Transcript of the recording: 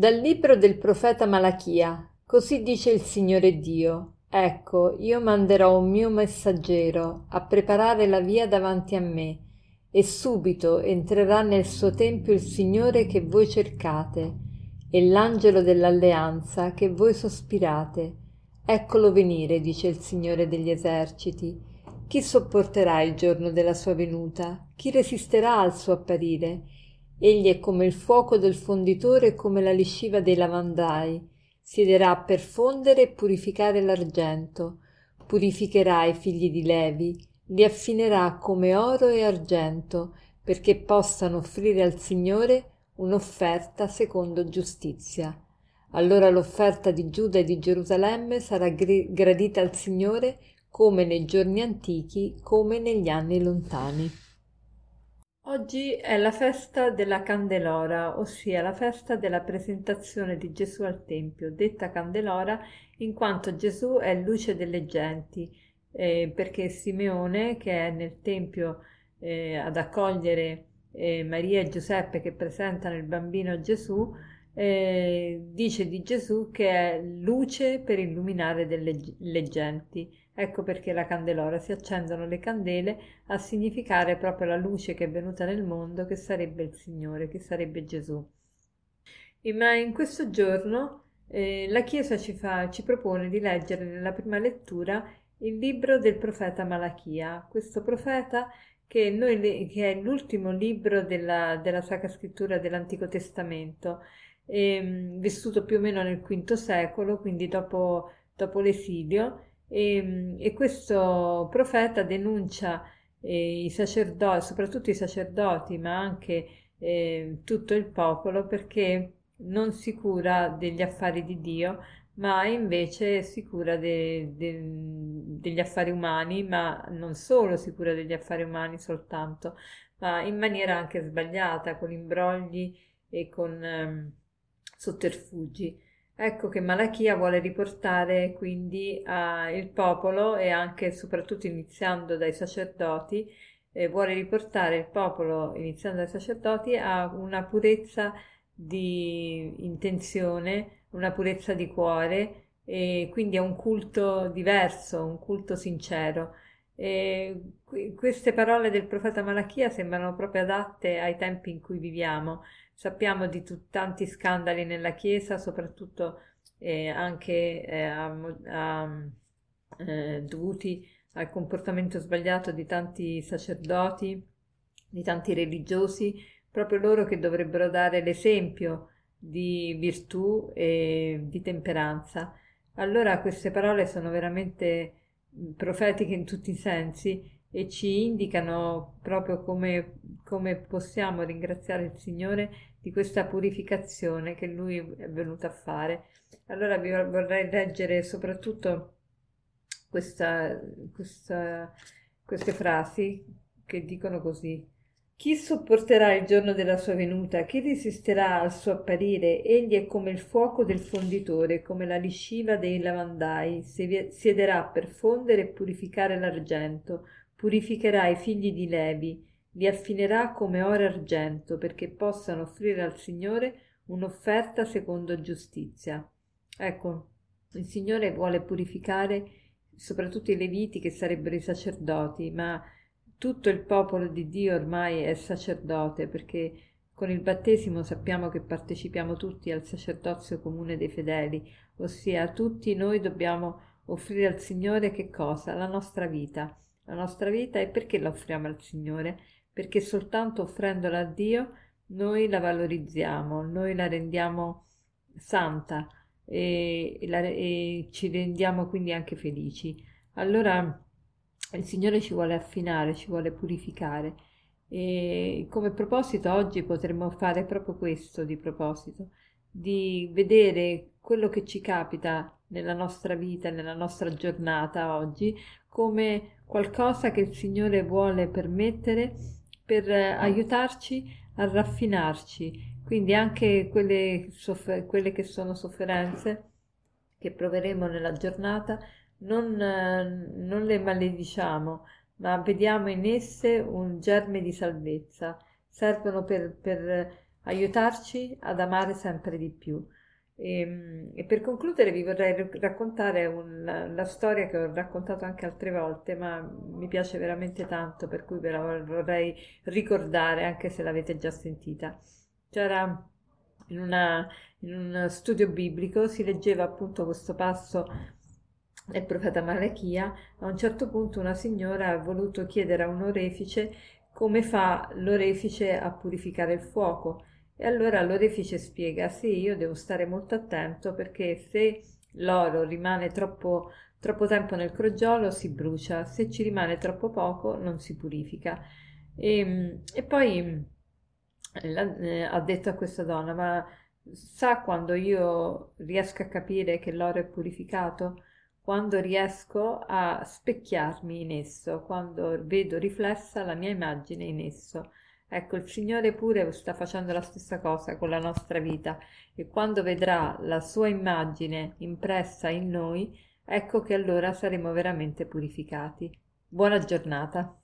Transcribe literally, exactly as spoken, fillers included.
Dal libro del profeta Malachia. Così dice il Signore Dio: Ecco, io manderò un mio messaggero a preparare la via davanti a me, e subito entrerà nel suo tempio il Signore che voi cercate, e l'angelo dell'alleanza che voi sospirate. Eccolo venire, dice il Signore degli eserciti. Chi sopporterà il giorno della sua venuta? Chi resisterà al suo apparire? Egli è come il fuoco del fonditore e come la lisciva dei lavandai. Siederà per fondere e purificare l'argento. Purificherà i figli di Levi, li affinerà come oro e argento, perché possano offrire al Signore un'offerta secondo giustizia. Allora l'offerta di Giuda e di Gerusalemme sarà gradita al Signore come nei giorni antichi, come negli anni lontani. Oggi è la festa della Candelora, ossia la festa della presentazione di Gesù al Tempio, detta Candelora in quanto Gesù è luce delle genti, eh, perché Simeone, che è nel Tempio eh, ad accogliere eh, Maria e Giuseppe che presentano il bambino Gesù, eh, dice di Gesù che è luce per illuminare delle le genti. Ecco perché la candelora, si accendono le candele a significare proprio la luce che è venuta nel mondo, che sarebbe il Signore, che sarebbe Gesù. E ma in questo giorno eh, la Chiesa ci, fa, ci propone di leggere nella prima lettura il libro del profeta Malachia, questo profeta che, noi, che è l'ultimo libro della, della Sacra Scrittura dell'Antico Testamento, eh, vissuto più o meno nel quinto secolo, quindi dopo, dopo l'esilio. E, e questo profeta denuncia eh, i sacerdoti, soprattutto i sacerdoti, ma anche eh, tutto il popolo, perché non si cura degli affari di Dio, ma invece si cura de, de, degli affari umani, ma non solo si cura degli affari umani soltanto, ma in maniera anche sbagliata, con imbrogli e con ehm, sotterfugi. Ecco che Malachia vuole riportare quindi a, il popolo e anche e soprattutto iniziando dai sacerdoti, eh, vuole riportare il popolo, iniziando dai sacerdoti, a una purezza di intenzione, una purezza di cuore e quindi a un culto diverso, un culto sincero. E queste parole del profeta Malachia sembrano proprio adatte ai tempi in cui viviamo. Sappiamo di tu- tanti scandali nella Chiesa, soprattutto eh, anche eh, a- a- eh, dovuti al comportamento sbagliato di tanti sacerdoti, di tanti religiosi, proprio loro che dovrebbero dare l'esempio di virtù e di temperanza. Allora queste parole sono veramente mh, profetiche in tutti i sensi e ci indicano proprio come, come possiamo ringraziare il Signore di questa purificazione che Lui è venuto a fare. Allora vi vorrei leggere soprattutto questa, questa, queste frasi che dicono così. Chi sopporterà il giorno della sua venuta? Chi resisterà al suo apparire? Egli è come il fuoco del fonditore, come la lisciva dei lavandai. Siederà per fondere e purificare l'argento. Purificherà i figli di Levi. Li affinerà come oro e argento, perché possano offrire al Signore un'offerta secondo giustizia. Ecco, il Signore vuole purificare soprattutto i Leviti, che sarebbero i sacerdoti, ma tutto il popolo di Dio ormai è sacerdote, perché con il battesimo sappiamo che partecipiamo tutti al sacerdozio comune dei fedeli, ossia tutti noi dobbiamo offrire al Signore che cosa? La nostra vita. La nostra vita, e perché la offriamo al Signore? Perché soltanto offrendola a Dio noi la valorizziamo, noi la rendiamo santa e, e la- e ci rendiamo quindi anche felici. Allora il Signore ci vuole affinare, ci vuole purificare e come proposito oggi potremmo fare proprio questo di proposito, di vedere quello che ci capita nella nostra vita, nella nostra giornata oggi, come qualcosa che il Signore vuole permettere per eh, aiutarci a raffinarci. Quindi anche quelle, soffer- quelle che sono sofferenze che proveremo nella giornata, non, eh, non le malediciamo, ma vediamo in esse un germe di salvezza. Servono per, per aiutarci ad amare sempre di più. E, e per concludere vi vorrei r- raccontare un- la storia che ho raccontato anche altre volte, ma mi piace veramente tanto, per cui ve la vorrei ricordare anche se l'avete già sentita. C'era in, una- in un studio biblico, si leggeva appunto questo passo del profeta Malachia. A un certo punto una signora ha voluto chiedere a un orefice come fa l'orefice a purificare il fuoco. E allora l'orefice spiega: sì, io devo stare molto attento perché se l'oro rimane troppo, troppo tempo nel crogiolo si brucia, se ci rimane troppo poco non si purifica. E, e poi la- eh, ha detto a questa donna: ma sa quando io riesco a capire che l'oro è purificato? Quando riesco a specchiarmi in esso, quando vedo riflessa la mia immagine in esso. Ecco, il Signore pure sta facendo la stessa cosa con la nostra vita, e quando vedrà la sua immagine impressa in noi, ecco che allora saremo veramente purificati. Buona giornata.